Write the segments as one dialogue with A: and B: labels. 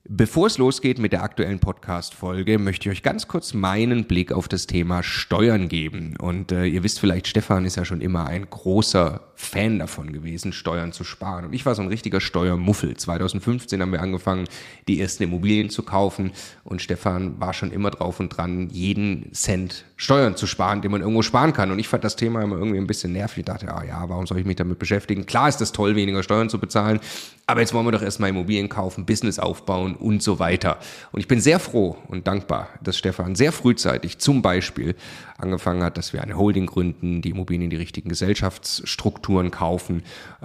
A: Bevor es losgeht mit der aktuellen Podcast-Folge, möchte ich euch ganz kurz meinen Blick auf das Thema Steuern geben. Und ihr wisst vielleicht, Stefan ist ja schon immer ein großer Fan davon gewesen, Steuern zu sparen. Und ich war so ein richtiger Steuermuffel. 2015 haben wir angefangen, die ersten Immobilien zu kaufen. Und Stefan war schon immer drauf und dran, jeden Cent Steuern zu sparen, den man irgendwo sparen kann. Und ich fand das Thema immer irgendwie ein bisschen nervig. Ich dachte, warum soll ich mich damit beschäftigen? Klar ist das toll, weniger Steuern zu bezahlen. Aber jetzt wollen wir doch erstmal Immobilien kaufen, Business aufbauen und so weiter. Und ich bin sehr froh und dankbar, dass Stefan sehr frühzeitig zum Beispiel angefangen hat, dass wir eine Holding gründen, die Immobilien in die richtigen Gesellschaftsstrukturen kaufen.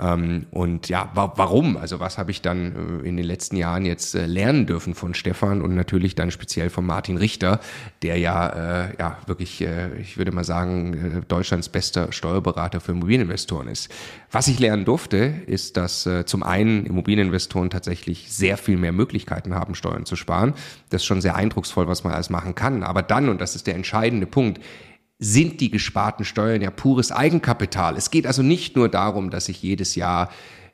A: Und ja, warum? Also was habe ich dann in den letzten Jahren jetzt lernen dürfen von Stefan und natürlich dann speziell von Martin Richter, der ja wirklich, ich würde mal sagen, Deutschlands bester Steuerberater für Immobilieninvestoren ist. Was ich lernen durfte, ist, dass zum einen Immobilieninvestoren tatsächlich sehr viel mehr Möglichkeiten haben, Steuern zu sparen. Das ist schon sehr eindrucksvoll, was man alles machen kann. Aber dann, und das ist der entscheidende Punkt, sind die gesparten Steuern ja pures Eigenkapital. Es geht also nicht nur darum, dass ich jedes Jahr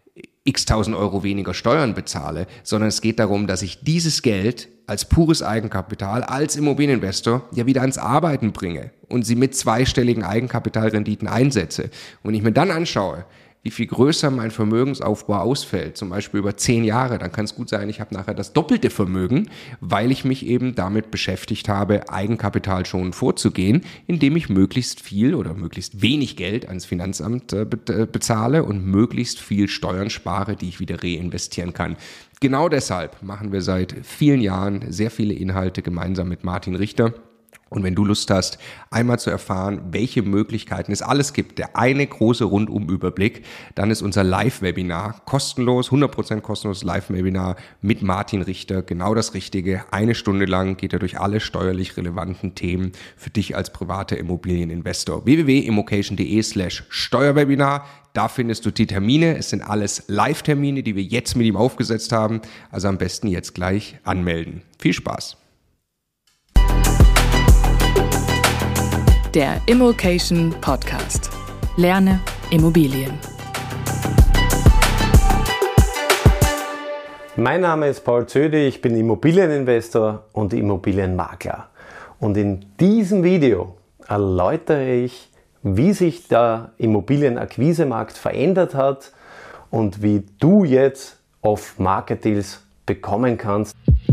A: x tausend Euro weniger Steuern bezahle, sondern es geht darum, dass ich dieses Geld als pures Eigenkapital, als Immobilieninvestor ja wieder ans Arbeiten bringe und sie mit zweistelligen Eigenkapitalrenditen einsetze. Und ich mir dann anschaue, wie viel größer mein Vermögensaufbau ausfällt, zum Beispiel über 10 Jahre, dann kann es gut sein, ich habe nachher das doppelte Vermögen, weil ich mich eben damit beschäftigt habe, Eigenkapital schon vorzugehen, indem ich möglichst viel oder möglichst wenig Geld ans Finanzamt bezahle und möglichst viel Steuern spare, die ich wieder reinvestieren kann. Genau deshalb machen wir seit vielen Jahren sehr viele Inhalte gemeinsam mit Martin Richter. Und wenn du Lust hast, einmal zu erfahren, welche Möglichkeiten es alles gibt, der eine große Rundumüberblick, dann ist unser Live-Webinar kostenlos, 100% kostenloses Live-Webinar mit Martin Richter genau das Richtige. 1 Stunde lang geht er durch alle steuerlich relevanten Themen für dich als privater Immobilieninvestor. www.immocation.de/Steuerwebinar. Da findest du die Termine. Es sind alles Live-Termine, die wir jetzt mit ihm aufgesetzt haben. Also am besten jetzt gleich anmelden. Viel Spaß!
B: Der Immocation Podcast. Lerne Immobilien.
C: Mein Name ist Paul Zödi, ich bin Immobilieninvestor und Immobilienmakler. Und in diesem Video erläutere ich, wie sich der Immobilienakquisemarkt verändert hat und wie du jetzt Off-Market-Deals bekommen kannst.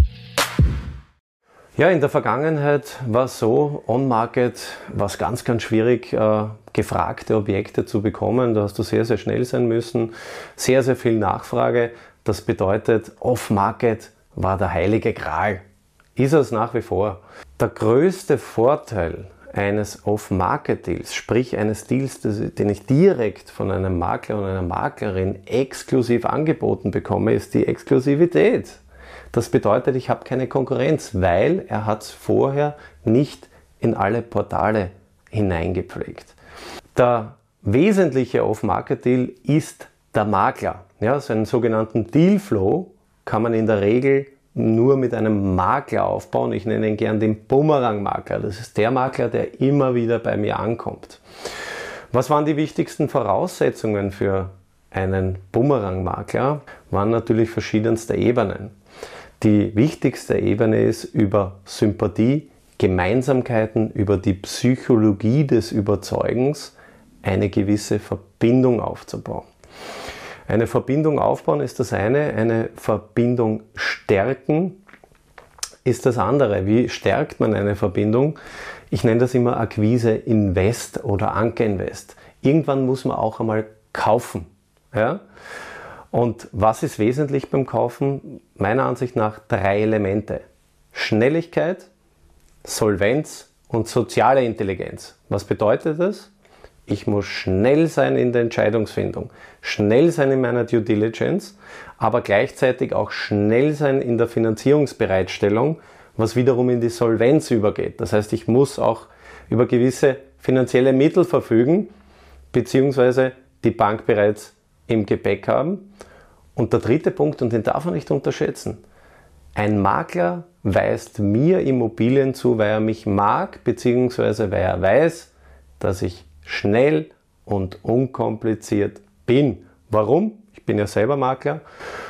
C: Ja, in der Vergangenheit war es so, On-Market war es ganz, ganz schwierig, gefragte Objekte zu bekommen. Da hast du sehr, sehr schnell sein müssen, sehr, sehr viel Nachfrage. Das bedeutet, Off-Market war der heilige Gral. Ist es nach wie vor. Der größte Vorteil eines Off-Market-Deals, sprich eines Deals, den ich direkt von einem Makler und einer Maklerin exklusiv angeboten bekomme, ist die Exklusivität. Das bedeutet, ich habe keine Konkurrenz, weil er hat es vorher nicht in alle Portale hineingepflegt. Der wesentliche Off-Market-Deal ist der Makler. Ja, so einen sogenannten Dealflow kann man in der Regel nur mit einem Makler aufbauen. Ich nenne ihn gern den Bumerang-Makler. Das ist der Makler, der immer wieder bei mir ankommt. Was waren die wichtigsten Voraussetzungen für einen Bumerang-Makler? Waren natürlich verschiedenste Ebenen. Die wichtigste Ebene ist über Sympathie, Gemeinsamkeiten, über die Psychologie des Überzeugens eine gewisse Verbindung aufzubauen. Eine Verbindung aufbauen ist das eine Verbindung stärken ist das andere. Wie stärkt man eine Verbindung? Ich nenne das immer Akquise Invest oder Anker Invest. Irgendwann muss man auch einmal kaufen. Ja? Und was ist wesentlich beim Kaufen? Meiner Ansicht nach 3 Elemente. Schnelligkeit, Solvenz und soziale Intelligenz. Was bedeutet das? Ich muss schnell sein in der Entscheidungsfindung, schnell sein in meiner Due Diligence, aber gleichzeitig auch schnell sein in der Finanzierungsbereitstellung, was wiederum in die Solvenz übergeht. Das heißt, ich muss auch über gewisse finanzielle Mittel verfügen, beziehungsweise die Bank bereits im Gepäck haben. Und der dritte Punkt, und den darf man nicht unterschätzen, ein Makler weist mir Immobilien zu, weil er mich mag, beziehungsweise weil er weiß, dass ich schnell und unkompliziert bin. Warum? Ich bin ja selber Makler.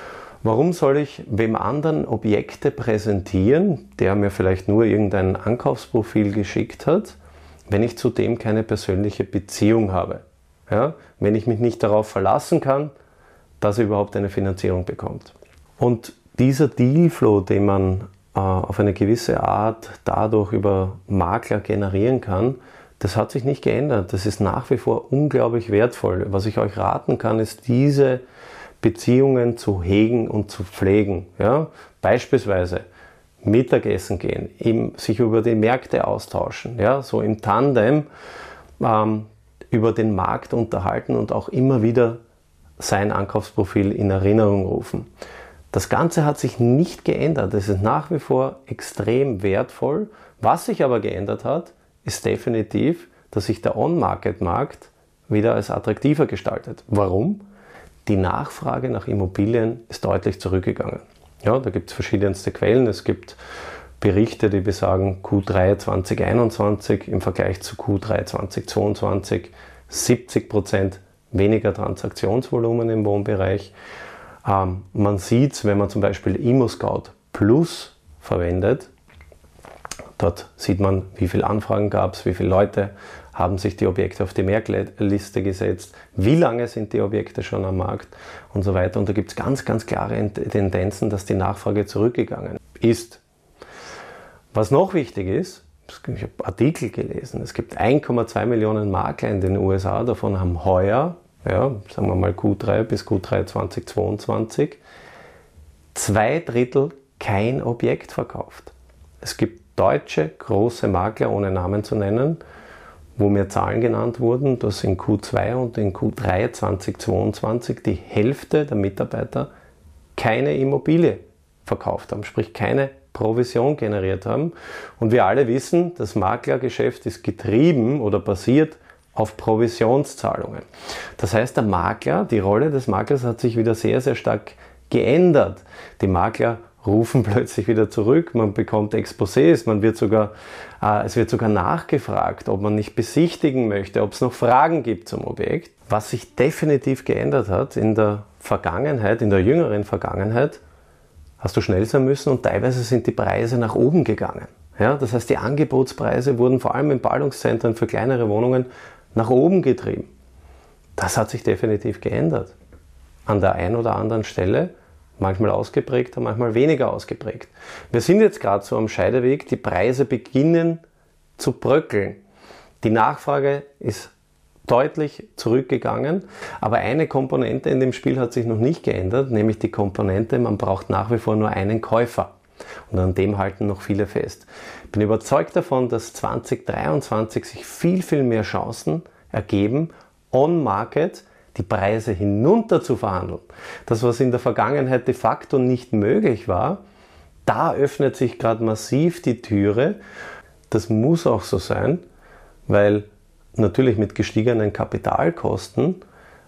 C: Warum soll ich wem anderen Objekte präsentieren, der mir vielleicht nur irgendein Ankaufsprofil geschickt hat, wenn ich zudem keine persönliche Beziehung habe? Ja? Wenn ich mich nicht darauf verlassen kann, dass er überhaupt eine Finanzierung bekommt. Und dieser Dealflow, den man auf eine gewisse Art dadurch über Makler generieren kann, das hat sich nicht geändert. Das ist nach wie vor unglaublich wertvoll. Was ich euch raten kann, ist diese Beziehungen zu hegen und zu pflegen. Ja? Beispielsweise Mittagessen gehen, sich über die Märkte austauschen, ja? So im Tandem über den Markt unterhalten und auch immer wieder sein Ankaufsprofil in Erinnerung rufen. Das Ganze hat sich nicht geändert. Es ist nach wie vor extrem wertvoll. Was sich aber geändert hat, ist definitiv, dass sich der On-Market-Markt wieder als attraktiver gestaltet. Warum? Die Nachfrage nach Immobilien ist deutlich zurückgegangen. Ja, da gibt es verschiedenste Quellen. Es gibt Berichte, die besagen, Q3 2021 im Vergleich zu Q3 2022 70% weniger Transaktionsvolumen im Wohnbereich. Man sieht es, wenn man zum Beispiel ImmoScout Plus verwendet. Dort sieht man, wie viele Anfragen gab es, wie viele Leute haben sich die Objekte auf die Merkliste gesetzt, wie lange sind die Objekte schon am Markt und so weiter. Und da gibt es ganz, ganz klare Tendenzen, dass die Nachfrage zurückgegangen ist. Was noch wichtig ist, ich habe Artikel gelesen, es gibt 1,2 Millionen Makler in den USA, davon haben heuer, ja, sagen wir mal Q3 bis Q3 2022, 2/3 kein Objekt verkauft. Es gibt deutsche große Makler, ohne Namen zu nennen, wo mir Zahlen genannt wurden, dass in Q2 und in Q3 2022 die Hälfte der Mitarbeiter keine Immobilie verkauft haben, sprich keine Provision generiert haben. Und wir alle wissen, das Maklergeschäft ist getrieben oder basiert auf Provisionszahlungen. Das heißt, der Makler, die Rolle des Maklers hat sich wieder sehr, sehr stark geändert. Die Makler rufen plötzlich wieder zurück, man bekommt Exposés, es wird sogar nachgefragt, ob man nicht besichtigen möchte, ob es noch Fragen gibt zum Objekt. Was sich definitiv geändert hat in der Vergangenheit, in der jüngeren Vergangenheit, hast du schnell sein müssen und teilweise sind die Preise nach oben gegangen. Ja, das heißt, die Angebotspreise wurden vor allem in Ballungszentren für kleinere Wohnungen nach oben getrieben. Das hat sich definitiv geändert. An der einen oder anderen Stelle, manchmal ausgeprägter, manchmal weniger ausgeprägt. Wir sind jetzt gerade so am Scheideweg, die Preise beginnen zu bröckeln. Die Nachfrage ist deutlich zurückgegangen, aber eine Komponente in dem Spiel hat sich noch nicht geändert, nämlich die Komponente, man braucht nach wie vor nur einen Käufer. Und an dem halten noch viele fest. Ich bin überzeugt davon, dass 2023 sich viel, viel mehr Chancen ergeben, on-market die Preise hinunter zu verhandeln. Das, was in der Vergangenheit de facto nicht möglich war, da öffnet sich gerade massiv die Türe. Das muss auch so sein, weil natürlich mit gestiegenen Kapitalkosten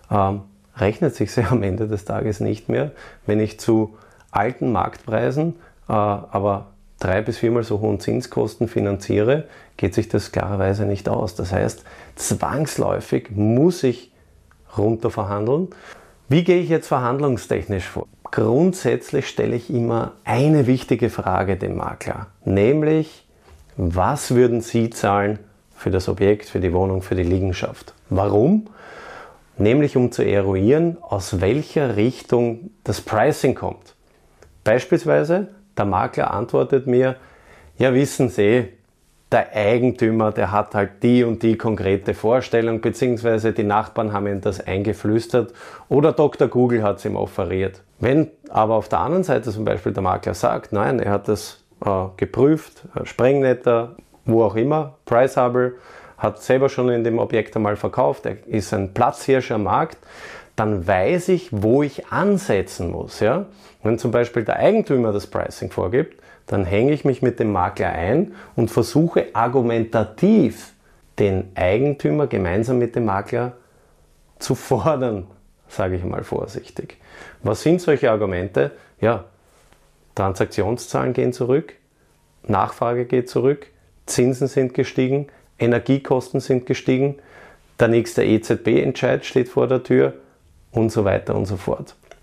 C: rechnet sich sehr am Ende des Tages nicht mehr, wenn ich zu alten Marktpreisen aber 3- bis 4-mal so hohen Zinskosten finanziere, geht sich das klarerweise nicht aus. Das heißt, zwangsläufig muss ich runter verhandeln. Wie gehe ich jetzt verhandlungstechnisch vor? Grundsätzlich stelle ich immer eine wichtige Frage dem Makler, nämlich, was würden Sie zahlen für das Objekt, für die Wohnung, für die Liegenschaft? Warum? Nämlich um zu eruieren, aus welcher Richtung das Pricing kommt. Beispielsweise, der Makler antwortet mir, ja, wissen Sie, der Eigentümer, der hat halt die und die konkrete Vorstellung, beziehungsweise die Nachbarn haben ihm das eingeflüstert oder Dr. Google hat es ihm offeriert. Wenn aber auf der anderen Seite zum Beispiel der Makler sagt, nein, er hat das geprüft, Sprengnetter, wo auch immer, Price-Hubble, hat selber schon in dem Objekt einmal verkauft, er ist ein Platzhirsch am Markt, dann weiß ich, wo ich ansetzen muss. Ja? Wenn zum Beispiel der Eigentümer das Pricing vorgibt, dann hänge ich mich mit dem Makler ein und versuche argumentativ den Eigentümer gemeinsam mit dem Makler zu fordern, sage ich mal vorsichtig. Was sind solche Argumente? Ja, Transaktionszahlen gehen zurück, Nachfrage geht zurück, Zinsen sind gestiegen, Energiekosten sind gestiegen, der nächste EZB-Entscheid steht vor der Tür und so weiter und so fort.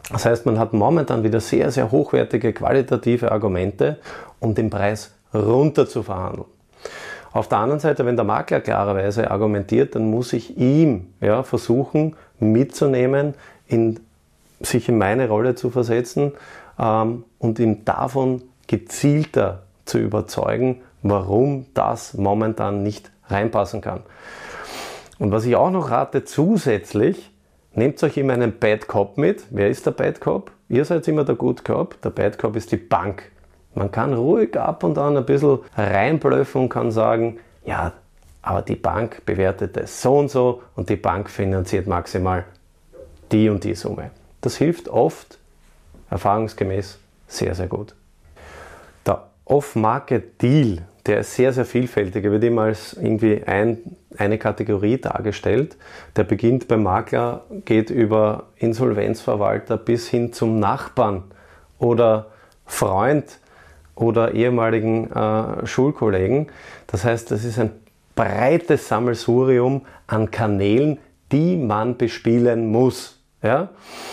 C: Das heißt, man hat momentan wieder sehr, sehr hochwertige, qualitative Argumente, um den Preis runter zu verhandeln. Auf der anderen Seite, wenn der Makler klarerweise argumentiert, dann muss ich ihm versuchen mitzunehmen, sich in meine Rolle zu versetzen und ihm davon gezielter zu überzeugen, warum das momentan nicht reinpassen kann. Und was ich auch noch rate zusätzlich, nehmt euch immer einen Bad Cop mit. Wer ist der Bad Cop? Ihr seid immer der Good Cop. Der Bad Cop ist die Bank. Man kann ruhig ab und an ein bisschen reinblöffen und kann sagen, ja, aber die Bank bewertet es so und die Bank finanziert maximal die und die Summe. Das hilft oft, erfahrungsgemäß, sehr, sehr gut. Der Off-Market-Deal, der ist sehr, sehr vielfältig. Er wird immer als irgendwie eine Kategorie dargestellt. Der beginnt beim Makler, geht über Insolvenzverwalter bis hin zum Nachbarn oder Freund oder ehemaligen Schulkollegen. Das heißt, das ist ein breites Sammelsurium an Kanälen, die man bespielen muss. Ja?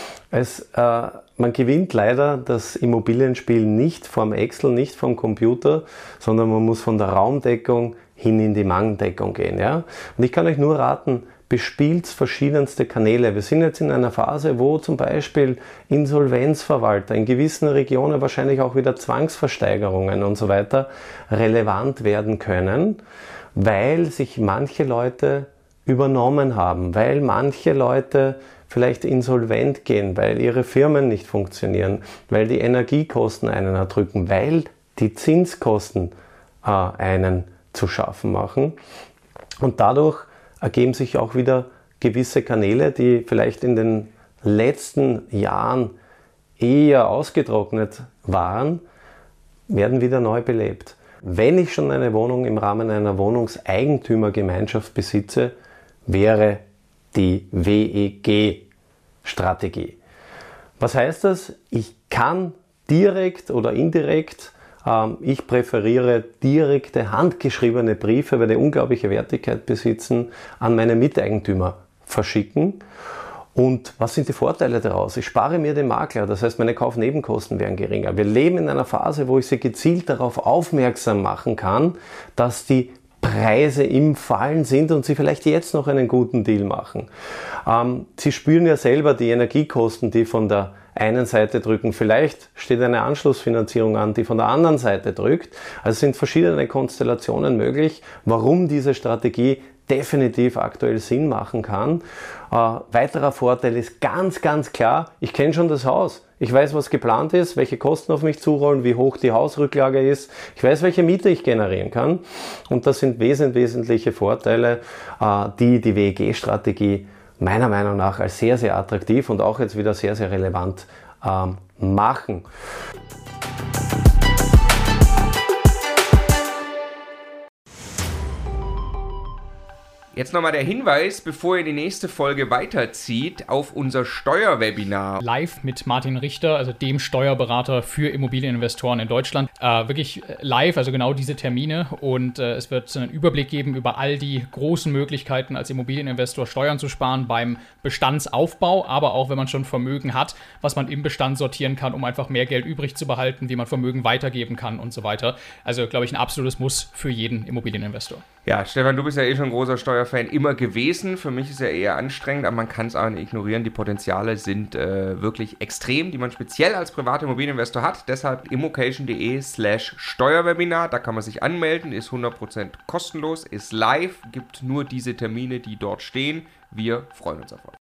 C: Man gewinnt leider das Immobilienspiel nicht vom Excel, nicht vom Computer, sondern man muss von der Raumdeckung hin in die Mangdeckung gehen. Ja? Und ich kann euch nur raten, bespielt verschiedenste Kanäle. Wir sind jetzt in einer Phase, wo zum Beispiel Insolvenzverwalter in gewissen Regionen wahrscheinlich auch wieder Zwangsversteigerungen und so weiter relevant werden können, weil sich manche Leute übernommen haben, weil manche Leute vielleicht insolvent gehen, weil ihre Firmen nicht funktionieren, weil die Energiekosten einen erdrücken, weil die Zinskosten einen zu schaffen machen. Und dadurch ergeben sich auch wieder gewisse Kanäle, die vielleicht in den letzten Jahren eher ausgetrocknet waren, werden wieder neu belebt. Wenn ich schon eine Wohnung im Rahmen einer Wohnungseigentümergemeinschaft besitze, wäre die WEG-Strategie. Was heißt das? Ich kann direkt oder indirekt, ich präferiere direkte handgeschriebene Briefe, weil die unglaubliche Wertigkeit besitzen, an meine Miteigentümer verschicken. Und was sind die Vorteile daraus? Ich spare mir den Makler, das heißt, meine Kaufnebenkosten werden geringer. Wir leben in einer Phase, wo ich sie gezielt darauf aufmerksam machen kann, dass die Preise im Fallen sind und sie vielleicht jetzt noch einen guten Deal machen. Sie spüren ja selber die Energiekosten, die von der einen Seite drücken. Vielleicht steht eine Anschlussfinanzierung an, die von der anderen Seite drückt. Also es sind verschiedene Konstellationen möglich, warum diese Strategie definitiv aktuell Sinn machen kann. Weiterer Vorteil ist ganz, ganz klar, ich kenne schon das Haus. Ich weiß, was geplant ist, welche Kosten auf mich zurollen, wie hoch die Hausrücklage ist. Ich weiß, welche Miete ich generieren kann. Und das sind wesentliche Vorteile, die die WEG-Strategie meiner Meinung nach als sehr, sehr attraktiv und auch jetzt wieder sehr, sehr relevant machen.
A: Jetzt nochmal der Hinweis, bevor ihr die nächste Folge weiterzieht, auf unser Steuerwebinar.
D: Live mit Martin Richter, also dem Steuerberater für Immobilieninvestoren in Deutschland. Wirklich live, also genau diese Termine. Und es wird einen Überblick geben über all die großen Möglichkeiten, als Immobilieninvestor Steuern zu sparen beim Bestandsaufbau, aber auch wenn man schon Vermögen hat, was man im Bestand sortieren kann, um einfach mehr Geld übrig zu behalten, wie man Vermögen weitergeben kann und so weiter. Also, glaube ich, ein absolutes Muss für jeden Immobilieninvestor.
A: Ja, Stefan, du bist ja eh schon ein großer Steuerfan immer gewesen. Für mich ist er eher anstrengend, aber man kann es auch nicht ignorieren. Die Potenziale sind wirklich extrem, die man speziell als privater Immobilieninvestor hat. Deshalb immocation.de/Steuerwebinar. Da kann man sich anmelden, ist 100% kostenlos, ist live, gibt nur diese Termine, die dort stehen. Wir freuen uns auf euch.